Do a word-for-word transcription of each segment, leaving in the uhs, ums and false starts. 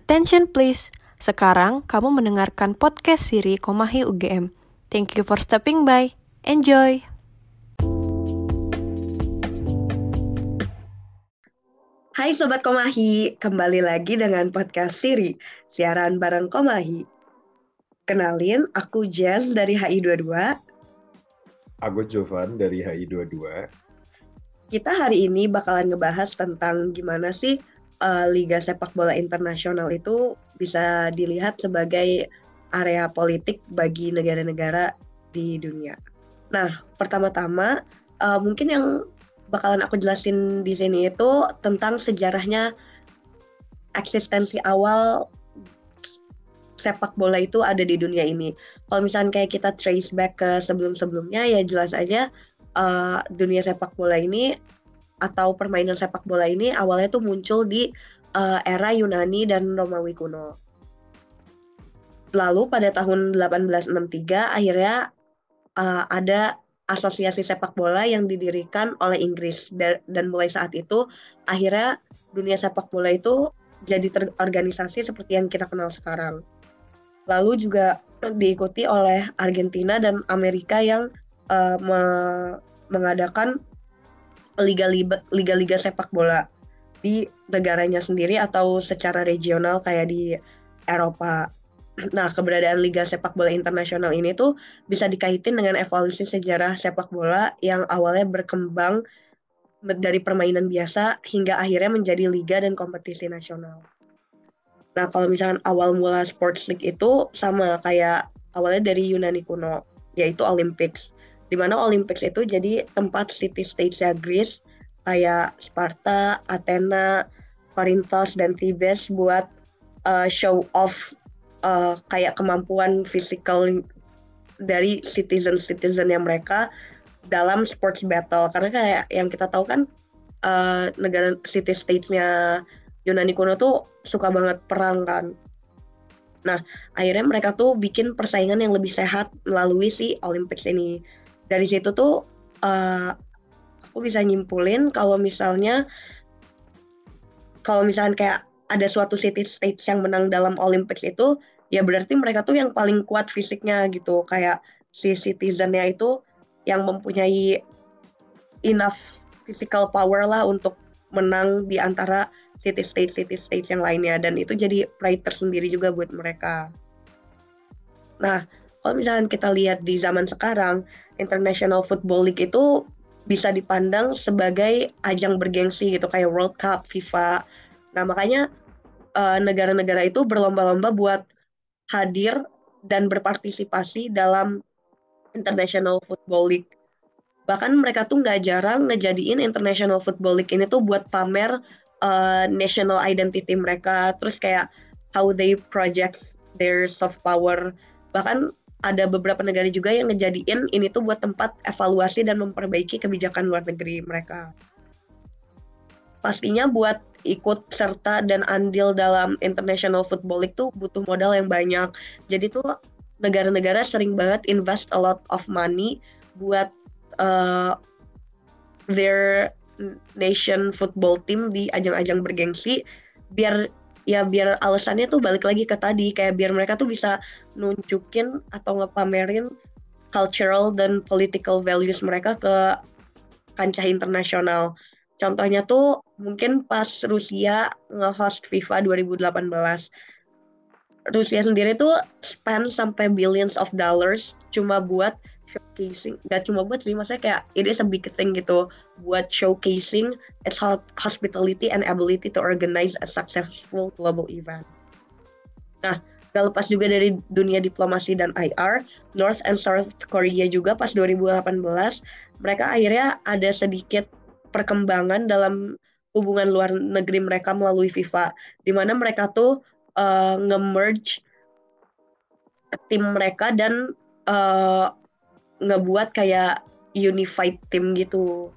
Attention please. Sekarang kamu mendengarkan podcast Siri Komahi U G M. Thank you for stopping by. Enjoy. Hai Sobat Komahi, kembali lagi dengan podcast Siri, siaran bareng Komahi. Kenalin, aku Jazz dari H I dua puluh dua. Aku Jovan dari H I dua puluh dua. Kita hari ini bakalan ngebahas tentang gimana sih uh, Liga Sepak Bola Internasional itu bisa dilihat sebagai area politik bagi negara-negara di dunia. Nah, pertama-tama uh, mungkin yang bakalan aku jelasin di sini itu tentang sejarahnya eksistensi awal sepak bola itu ada di dunia ini. Kalau misalnya kayak kita trace back ke sebelum-sebelumnya, ya jelas aja uh, dunia sepak bola ini atau permainan sepak bola ini awalnya tuh muncul di uh, era Yunani dan Romawi kuno. Lalu pada tahun delapan belas enam puluh tiga akhirnya uh, ada asosiasi sepak bola yang didirikan oleh Inggris dan mulai saat itu akhirnya dunia sepak bola itu jadi terorganisasi seperti yang kita kenal sekarang. Lalu juga diikuti oleh Argentina dan Amerika yang uh, me- mengadakan liga-liga sepak bola di negaranya sendiri atau secara regional kayak di Eropa. Nah, keberadaan Liga Sepak Bola Internasional ini tuh bisa dikaitin dengan evolusi sejarah sepak bola yang awalnya berkembang dari permainan biasa hingga akhirnya menjadi liga dan kompetisi nasional. Nah, kalau misalkan awal mula Sports League itu sama kayak awalnya dari Yunani kuno, yaitu Olympics. Di mana Olympics itu jadi tempat city-state-nya Greece kayak Sparta, Athena, Corinthos, dan Thebes buat uh, show off Uh, kayak kemampuan fisikal dari citizen-citizen yang mereka dalam sports battle. Karena kayak yang kita tahu kan uh, negara city-states-nya Yunani kuno tuh suka banget perang kan. Nah, akhirnya mereka tuh bikin persaingan yang lebih sehat melalui si Olympics ini. Dari situ tuh uh, aku bisa nyimpulin kalau misalnya kalau misalnya kayak ada suatu city-states yang menang dalam Olympics itu, ya berarti mereka tuh yang paling kuat fisiknya gitu. Kayak si citizen-nya itu yang mempunyai enough physical power lah untuk menang di antara city-states city-states yang lainnya. Dan itu jadi pride tersendiri juga buat mereka. Nah, kalau misalnya kita lihat di zaman sekarang, International Football League itu bisa dipandang sebagai ajang bergengsi gitu, kayak World Cup, FIFA. Nah, makanya uh, negara-negara itu berlomba-lomba buat hadir dan berpartisipasi dalam International Football League. Bahkan mereka tuh nggak jarang ngejadiin International Football League ini tuh buat pamer uh, national identity mereka, terus kayak how they project their soft power. Bahkan ada beberapa negara juga yang ngejadiin ini tuh buat tempat evaluasi dan memperbaiki kebijakan luar negeri mereka. Pastinya buat ikut serta dan andil dalam International Football League tuh butuh modal yang banyak. Jadi tuh negara-negara sering banget invest a lot of money buat uh, their nation football team di ajang-ajang bergengsi, biar ya biar alasannya tuh balik lagi ke tadi, kayak biar mereka tuh bisa nunjukin atau ngepamerin cultural dan political values mereka ke kancah internasional. Contohnya tuh mungkin pas Rusia nge-host FIFA dua ribu delapan belas. Rusia sendiri tuh spend sampai billions of dollars cuma buat showcasing, gak cuma buat sih, maksudnya kayak it is a big thing gitu, buat showcasing its hospitality and ability to organize a successful global event. Nah, gak lepas juga dari dunia diplomasi dan I R, North and South Korea juga pas dua ribu delapan belas, mereka akhirnya ada sedikit perkembangan dalam hubungan luar negeri mereka melalui FIFA, di mana mereka tuh uh, nge-merge tim mereka dan uh, ngebuat kayak unified team gitu.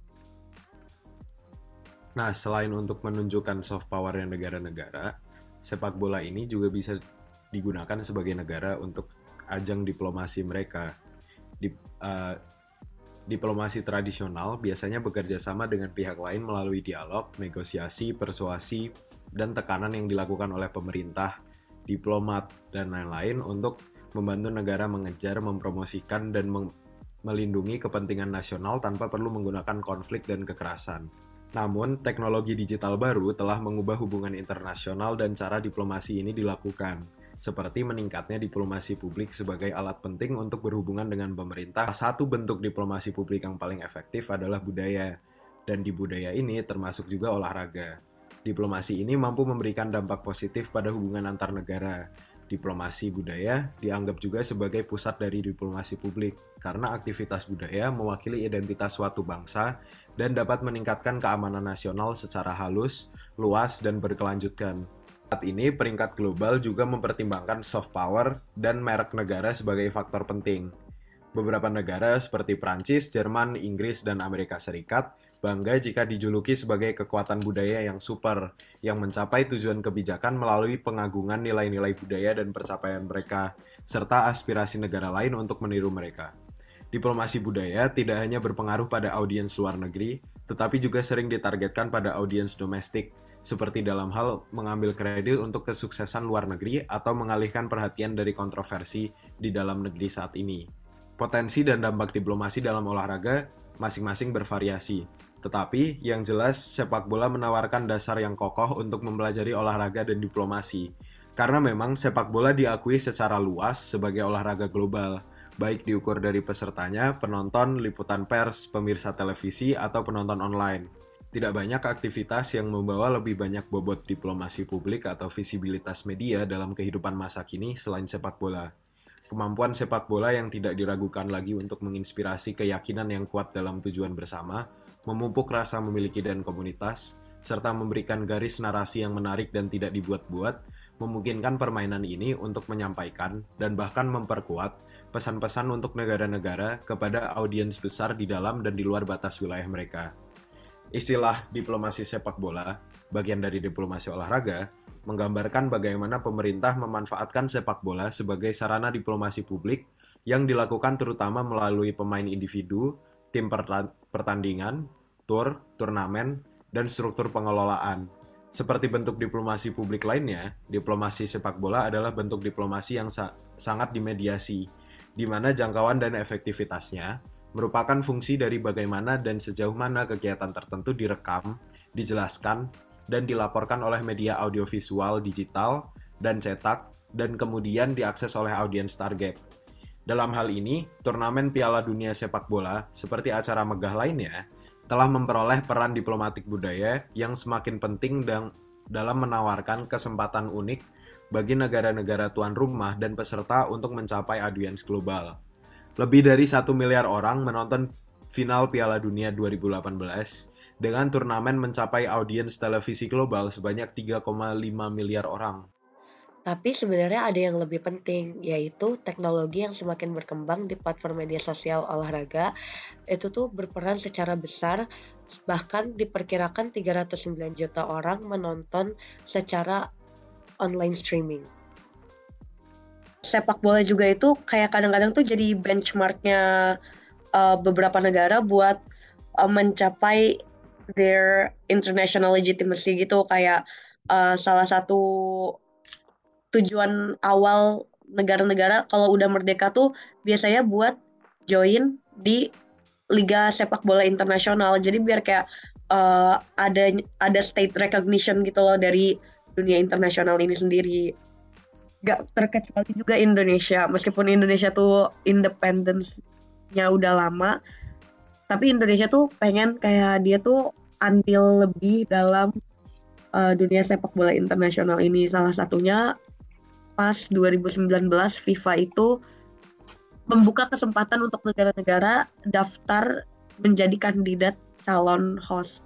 Nah, selain untuk menunjukkan soft power-nya negara-negara, sepak bola ini juga bisa digunakan sebagai negara untuk ajang diplomasi mereka. Di, uh, Diplomasi tradisional biasanya bekerja sama dengan pihak lain melalui dialog, negosiasi, persuasi, dan tekanan yang dilakukan oleh pemerintah, diplomat, dan lain-lain untuk membantu negara mengejar, mempromosikan, dan mem- melindungi kepentingan nasional tanpa perlu menggunakan konflik dan kekerasan. Namun, teknologi digital baru telah mengubah hubungan internasional dan cara diplomasi ini dilakukan, seperti meningkatnya diplomasi publik sebagai alat penting untuk berhubungan dengan pemerintah. Satu bentuk diplomasi publik yang paling efektif adalah budaya, dan di budaya ini termasuk juga olahraga. Diplomasi ini mampu memberikan dampak positif pada hubungan antar negara. Diplomasi budaya dianggap juga sebagai pusat dari diplomasi publik, karena aktivitas budaya mewakili identitas suatu bangsa dan dapat meningkatkan keamanan nasional secara halus, luas, dan berkelanjutan. Saat ini, peringkat global juga mempertimbangkan soft power dan merek negara sebagai faktor penting. Beberapa negara seperti Prancis, Jerman, Inggris, dan Amerika Serikat bangga jika dijuluki sebagai kekuatan budaya yang super, yang mencapai tujuan kebijakan melalui pengagungan nilai-nilai budaya dan pencapaian mereka, serta aspirasi negara lain untuk meniru mereka. Diplomasi budaya tidak hanya berpengaruh pada audiens luar negeri, tetapi juga sering ditargetkan pada audiens domestik, seperti dalam hal mengambil kredit untuk kesuksesan luar negeri atau mengalihkan perhatian dari kontroversi di dalam negeri saat ini. Potensi dan dampak diplomasi dalam olahraga masing-masing bervariasi. Tetapi, yang jelas, sepak bola menawarkan dasar yang kokoh untuk mempelajari olahraga dan diplomasi. Karena memang sepak bola diakui secara luas sebagai olahraga global, baik diukur dari pesertanya, penonton, liputan pers, pemirsa televisi, atau penonton online. Tidak banyak aktivitas yang membawa lebih banyak bobot diplomasi publik atau visibilitas media dalam kehidupan masa kini selain sepak bola. Kemampuan sepak bola yang tidak diragukan lagi untuk menginspirasi keyakinan yang kuat dalam tujuan bersama, memupuk rasa memiliki dan komunitas, serta memberikan garis narasi yang menarik dan tidak dibuat-buat, memungkinkan permainan ini untuk menyampaikan dan bahkan memperkuat pesan-pesan untuk negara-negara kepada audiens besar di dalam dan di luar batas wilayah mereka. Istilah diplomasi sepak bola, bagian dari diplomasi olahraga, menggambarkan bagaimana pemerintah memanfaatkan sepak bola sebagai sarana diplomasi publik yang dilakukan terutama melalui pemain individu, tim pertandingan, tur, turnamen, dan struktur pengelolaan. Seperti bentuk diplomasi publik lainnya, diplomasi sepak bola adalah bentuk diplomasi yang sa- sangat dimediasi, di mana jangkauan dan efektivitasnya merupakan fungsi dari bagaimana dan sejauh mana kegiatan tertentu direkam, dijelaskan, dan dilaporkan oleh media audiovisual digital dan cetak, dan kemudian diakses oleh audiens target. Dalam hal ini, turnamen Piala Dunia Sepak Bola, seperti acara megah lainnya, telah memperoleh peran diplomatik budaya yang semakin penting dan dalam menawarkan kesempatan unik bagi negara-negara tuan rumah dan peserta untuk mencapai audiens global. Lebih dari satu miliar orang menonton final Piala Dunia dua ribu delapan belas, dengan turnamen mencapai audiens televisi global sebanyak tiga koma lima miliar orang. Tapi sebenarnya ada yang lebih penting, yaitu teknologi yang semakin berkembang di platform media sosial olahraga, itu tuh berperan secara besar, bahkan diperkirakan tiga ratus sembilan juta orang menonton secara online streaming. Sepak bola juga itu kayak kadang-kadang tuh jadi benchmarknya uh, beberapa negara buat uh, mencapai their international legitimacy gitu, kayak uh, salah satu tujuan awal negara-negara kalau udah merdeka tuh biasanya buat join di liga sepak bola internasional. Jadi biar kayak uh, ada ada state recognition gitu loh dari dunia internasional ini sendiri. Gak terkecuali juga Indonesia, meskipun Indonesia tuh independence-nya udah lama, tapi Indonesia tuh pengen kayak dia tuh andil lebih dalam uh, dunia sepak bola internasional ini. Salah satunya pas dua ribu sembilan belas FIFA itu membuka kesempatan untuk negara-negara daftar menjadi kandidat calon host,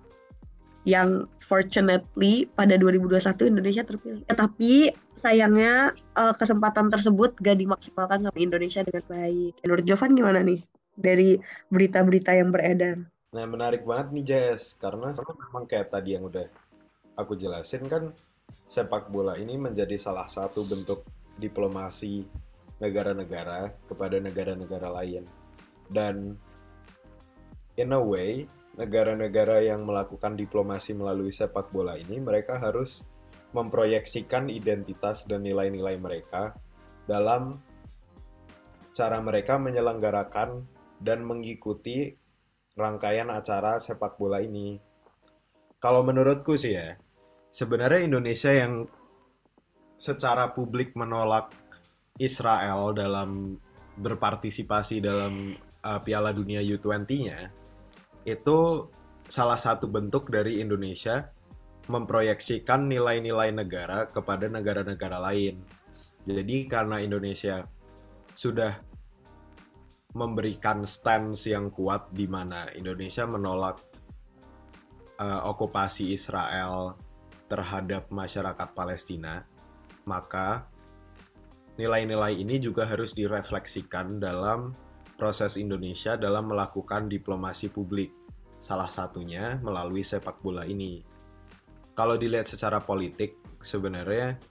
yang fortunately pada dua ribu dua puluh satu Indonesia terpilih. Ya, tapi sayangnya uh, kesempatan tersebut gak dimaksimalkan sama Indonesia dengan baik. Menurut Jovan gimana nih dari berita-berita yang beredar? Nah, menarik banget nih Jess, karena memang kayak tadi yang udah aku jelasin kan, sepak bola ini menjadi salah satu bentuk diplomasi negara-negara kepada negara-negara lain. Dan in a way, negara-negara yang melakukan diplomasi melalui sepak bola ini, mereka harus memproyeksikan identitas dan nilai-nilai mereka dalam cara mereka menyelenggarakan dan mengikuti rangkaian acara sepak bola ini. Kalau menurutku sih ya, sebenarnya Indonesia yang secara publik menolak Israel dalam berpartisipasi dalam uh, Piala Dunia U dua puluh-nya, itu salah satu bentuk dari Indonesia memproyeksikan nilai-nilai negara kepada negara-negara lain. Jadi karena Indonesia sudah memberikan stance yang kuat di mana Indonesia menolak uh, okupasi Israel terhadap masyarakat Palestina, maka nilai-nilai ini juga harus direfleksikan dalam proses Indonesia dalam melakukan diplomasi publik. Salah satunya melalui sepak bola ini. Kalau dilihat secara politik, sebenarnya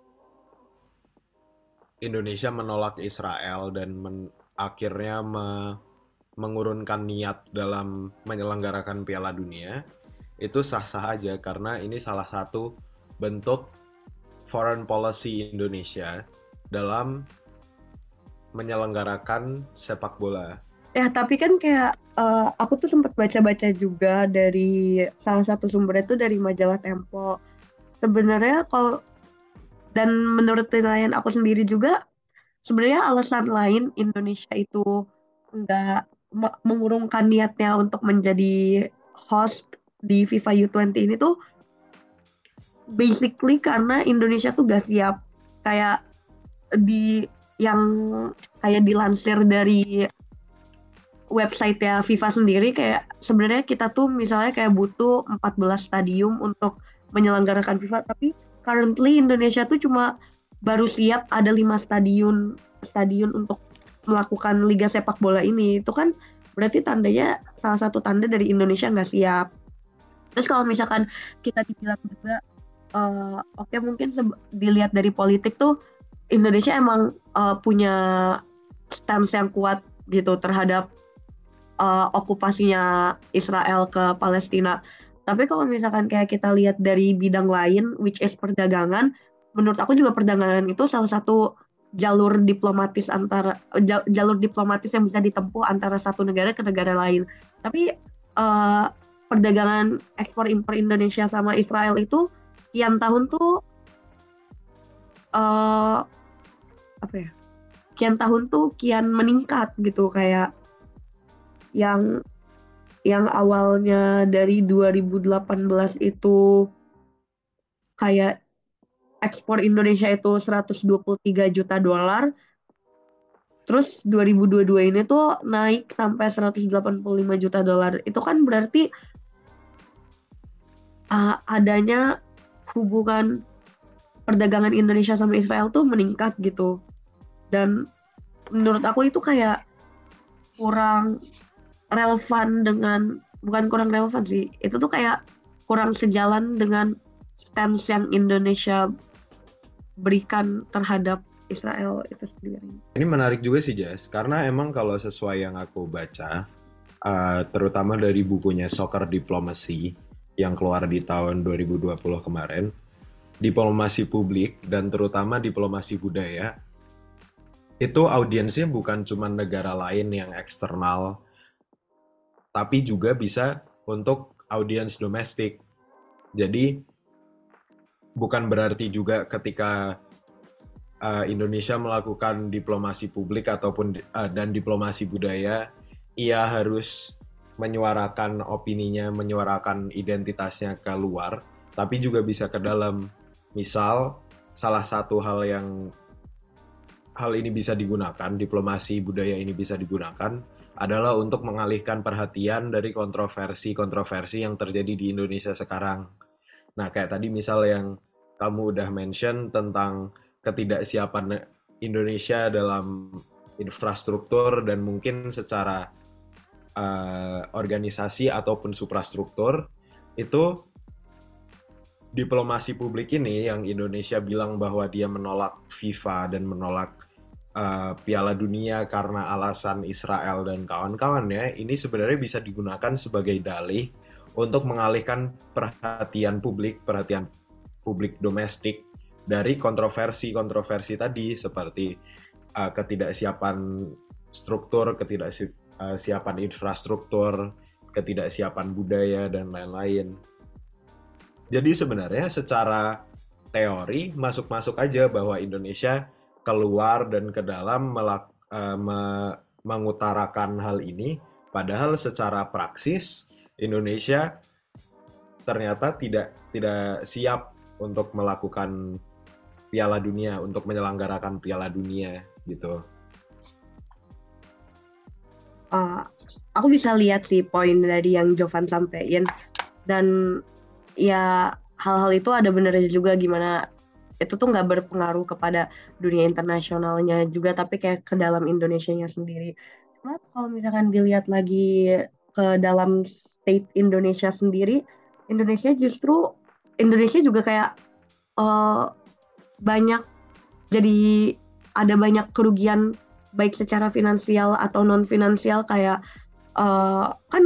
Indonesia menolak Israel dan men- akhirnya me- mengurunkan niat dalam menyelenggarakan Piala Dunia, itu sah-sah aja karena ini salah satu bentuk foreign policy Indonesia dalam menyelenggarakan sepak bola. Ya, tapi kan kayak uh, aku tuh sempat baca-baca juga dari salah satu sumbernya tuh dari majalah Tempo. Sebenarnya kalau dan menurut penilaian aku sendiri juga, sebenarnya alasan lain Indonesia itu nggak me- mengurungkan niatnya untuk menjadi host di FIFA U dua puluh ini tuh basically karena Indonesia tuh gak siap. Kayak di yang kayak dilansir dari website ya FIFA sendiri, kayak sebenarnya kita tuh misalnya kayak butuh empat belas stadium untuk menyelenggarakan FIFA, tapi currently Indonesia tuh cuma baru siap ada lima stadion stadion untuk melakukan liga sepak bola ini. Itu kan berarti tandanya salah satu tanda dari Indonesia nggak siap. Terus kalau misalkan kita dibilang juga uh, oke okay, mungkin se- dilihat dari politik tuh Indonesia emang uh, punya stance yang kuat gitu terhadap uh, okupasinya Israel ke Palestina. Tapi kalau misalkan kayak kita lihat dari bidang lain, which is perdagangan, menurut aku juga perdagangan itu salah satu jalur diplomatis antara jalur diplomatis yang bisa ditempuh antara satu negara ke negara lain. Tapi uh, perdagangan ekspor impor Indonesia sama Israel itu kian tahun tuh uh, apa ya? Kian tahun tuh kian meningkat gitu, kayak yang yang awalnya dari dua ribu delapan belas itu kayak ekspor Indonesia itu seratus dua puluh tiga juta dolar, terus dua ribu dua puluh dua ini tuh naik sampai seratus delapan puluh lima juta dolar. Itu kan berarti uh, adanya hubungan perdagangan Indonesia sama Israel tuh meningkat gitu. Dan menurut aku itu kayak kurang relevan dengan, bukan kurang relevan sih, itu tuh kayak kurang sejalan dengan stance yang Indonesia berikan terhadap Israel itu sendiri. Ini menarik juga sih Jess, karena emang kalau sesuai yang aku baca, uh, terutama dari bukunya Soccer Diplomacy yang keluar di tahun dua ribu dua puluh kemarin, diplomasi publik dan terutama diplomasi budaya, itu audiensnya bukan cuma negara lain yang eksternal, tapi juga bisa untuk audiens domestik. Jadi bukan berarti juga ketika uh, Indonesia melakukan diplomasi publik ataupun uh, dan diplomasi budaya, ia harus menyuarakan opininya, menyuarakan identitasnya ke luar, tapi juga bisa ke dalam. Misal, salah satu hal yang hal ini bisa digunakan, diplomasi budaya ini bisa digunakan, adalah untuk mengalihkan perhatian dari kontroversi-kontroversi yang terjadi di Indonesia sekarang. Nah, kayak tadi misal yang kamu udah mention tentang ketidaksiapan Indonesia dalam infrastruktur dan mungkin secara uh, organisasi ataupun suprastruktur, itu diplomasi publik ini yang Indonesia bilang bahwa dia menolak FIFA dan menolak uh, Piala Dunia karena alasan Israel dan kawan-kawannya, ini sebenarnya bisa digunakan sebagai dalih untuk mengalihkan perhatian publik, perhatian publik domestik dari kontroversi-kontroversi tadi seperti uh, ketidaksiapan struktur, ketidaksiapan infrastruktur, ketidaksiapan budaya, dan lain-lain. Jadi sebenarnya secara teori masuk-masuk aja bahwa Indonesia keluar dan ke dalam melak, uh, me, mengutarakan hal ini, padahal secara praksis Indonesia ternyata tidak tidak siap untuk melakukan Piala Dunia, untuk menyelenggarakan Piala Dunia gitu. Uh, aku bisa lihat sih poin dari yang Jovan sampaikan, dan ya hal-hal itu ada benernya juga, gimana itu tuh nggak berpengaruh kepada dunia internasionalnya juga, tapi kayak ke dalam Indonesianya sendiri. Cuma kalau misalkan dilihat lagi ke dalam state Indonesia sendiri, Indonesia justru Indonesia juga kayak uh, banyak, jadi ada banyak kerugian baik secara finansial atau non finansial, kayak uh, kan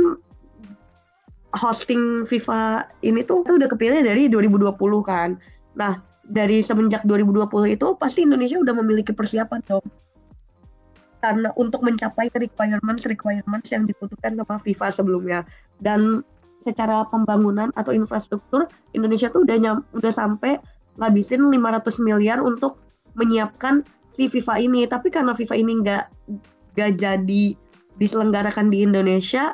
hosting FIFA ini tuh udah kepilih dari dua ribu dua puluh kan. Nah, dari semenjak dua ribu dua puluh itu pasti Indonesia udah memiliki persiapan dong, karena untuk mencapai requirements requirements yang dibutuhkan sama FIFA sebelumnya. Dan secara pembangunan atau infrastruktur, Indonesia tuh udah nyam, udah sampai ngabisin lima ratus miliar untuk menyiapkan si FIFA ini. Tapi karena FIFA ini nggak nggak jadi diselenggarakan di Indonesia,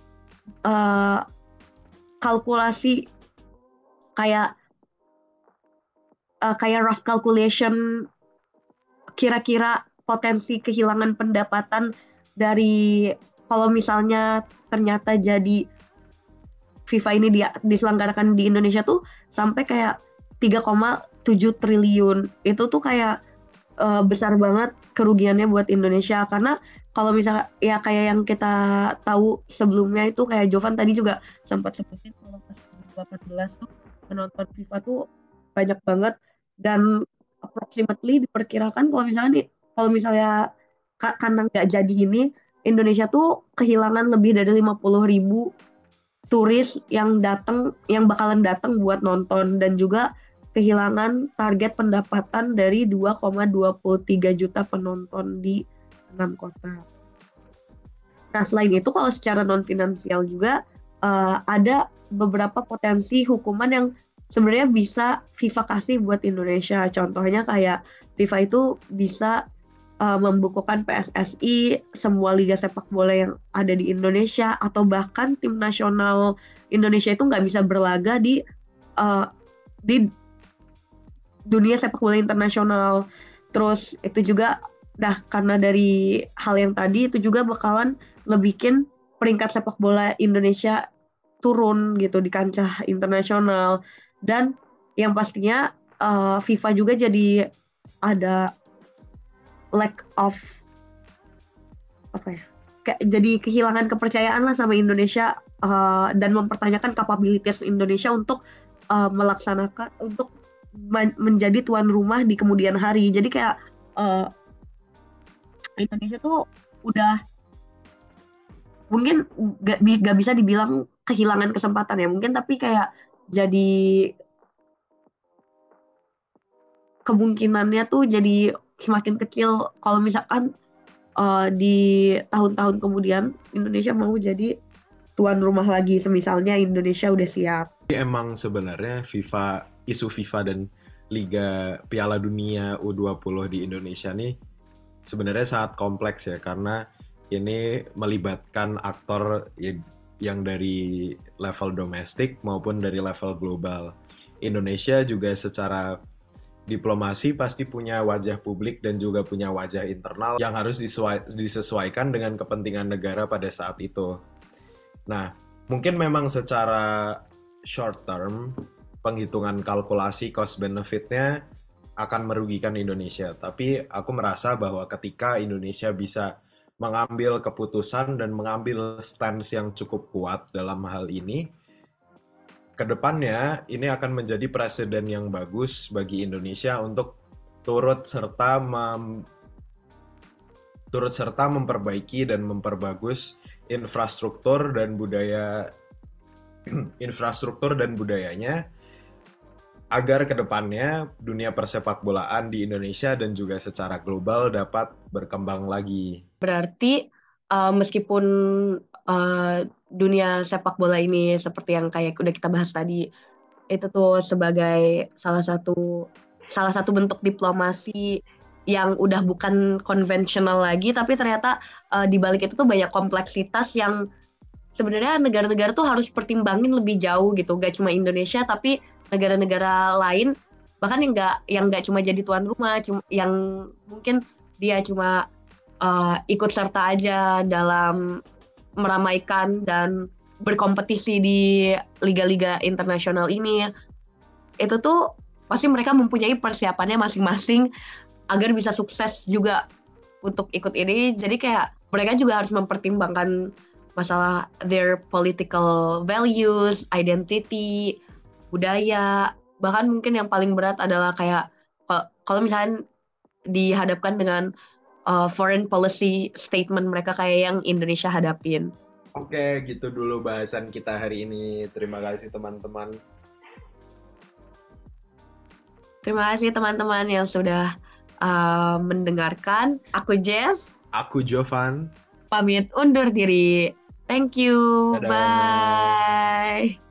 uh, kalkulasi kayak uh, kayak rough calculation kira-kira potensi kehilangan pendapatan dari kalau misalnya ternyata jadi FIFA ini di, diselenggarakan di Indonesia tuh sampai kayak tiga koma tujuh triliun. Itu tuh kayak uh, besar banget kerugiannya buat Indonesia, karena kalau misalnya ya kayak yang kita tahu sebelumnya itu, kayak Jovan tadi juga sempat sebutin kalau pas dua ribu delapan belas tuh penonton FIFA tuh banyak banget, dan approximately diperkirakan kalau misalnya kalau misalnya karena nggak jadi ini, Indonesia tuh kehilangan lebih dari lima puluh ribu turis yang datang, yang bakalan datang buat nonton, dan juga kehilangan target pendapatan dari dua koma dua tiga juta penonton di enam kota. Nah, selain itu kalau secara non finansial juga uh, ada beberapa potensi hukuman yang sebenarnya bisa FIFA kasih buat Indonesia. Contohnya kayak FIFA itu bisa uh, membukukan P S S I, semua liga sepak bola yang ada di Indonesia, atau bahkan tim nasional Indonesia itu nggak bisa berlaga di uh, di dunia sepak bola internasional. Terus itu juga, dah karena dari hal yang tadi itu juga bakalan ngebikin peringkat sepak bola Indonesia turun gitu di kancah internasional. Dan yang pastinya uh, FIFA juga jadi ada lack of apa ya, kayak jadi kehilangan kepercayaan lah sama Indonesia, uh, dan mempertanyakan kapabilitas Indonesia untuk uh, melaksanakan untuk man- menjadi tuan rumah di kemudian hari. Jadi kayak uh, Indonesia tuh udah mungkin gak, gak bisa dibilang kehilangan kesempatan ya mungkin, tapi kayak jadi kemungkinannya tuh jadi semakin kecil kalau misalkan uh, di tahun-tahun kemudian Indonesia mau jadi tuan rumah lagi, semisalnya Indonesia udah siap. Emang sebenarnya FIFA, isu FIFA dan Liga Piala Dunia U dua puluh di Indonesia nih sebenarnya sangat kompleks ya, karena ini melibatkan aktor yang dari level domestik maupun dari level global. Indonesia juga secara diplomasi pasti punya wajah publik dan juga punya wajah internal yang harus disesuaikan dengan kepentingan negara pada saat itu. Nah, mungkin memang secara short term, penghitungan kalkulasi cost benefit-nya akan merugikan Indonesia. Tapi aku merasa bahwa ketika Indonesia bisa mengambil keputusan dan mengambil stance yang cukup kuat dalam hal ini, kedepannya ini akan menjadi presiden yang bagus bagi Indonesia untuk turut serta mem- turut serta memperbaiki dan memperbagus infrastruktur dan budaya infrastruktur dan budayanya agar kedepannya dunia persepak bolaan di Indonesia dan juga secara global dapat berkembang lagi. Berarti uh, meskipun uh, dunia sepak bola ini seperti yang kayak udah kita bahas tadi, itu tuh sebagai salah satu salah satu bentuk diplomasi yang udah bukan konvensional lagi, tapi ternyata uh, di balik itu tuh banyak kompleksitas yang sebenarnya negara-negara tuh harus pertimbangin lebih jauh gitu, gak cuma Indonesia tapi negara-negara lain bahkan yang nggak yang nggak cuma jadi tuan rumah, cuma, yang mungkin dia cuma uh, ikut serta aja dalam meramaikan dan berkompetisi di liga-liga internasional ini, itu tuh pasti mereka mempunyai persiapannya masing-masing agar bisa sukses juga untuk ikut ini. Jadi kayak mereka juga harus mempertimbangkan masalah their political values, identity, budaya, bahkan mungkin yang paling berat adalah kayak kalau misalnya dihadapkan dengan uh, foreign policy statement mereka kayak yang Indonesia hadapin. Oke, gitu dulu bahasan kita hari ini. Terima kasih teman-teman. Terima kasih teman-teman yang sudah uh, mendengarkan. Aku Jeff. Aku Jovan. Pamit undur diri. Thank you. Dadah. Bye.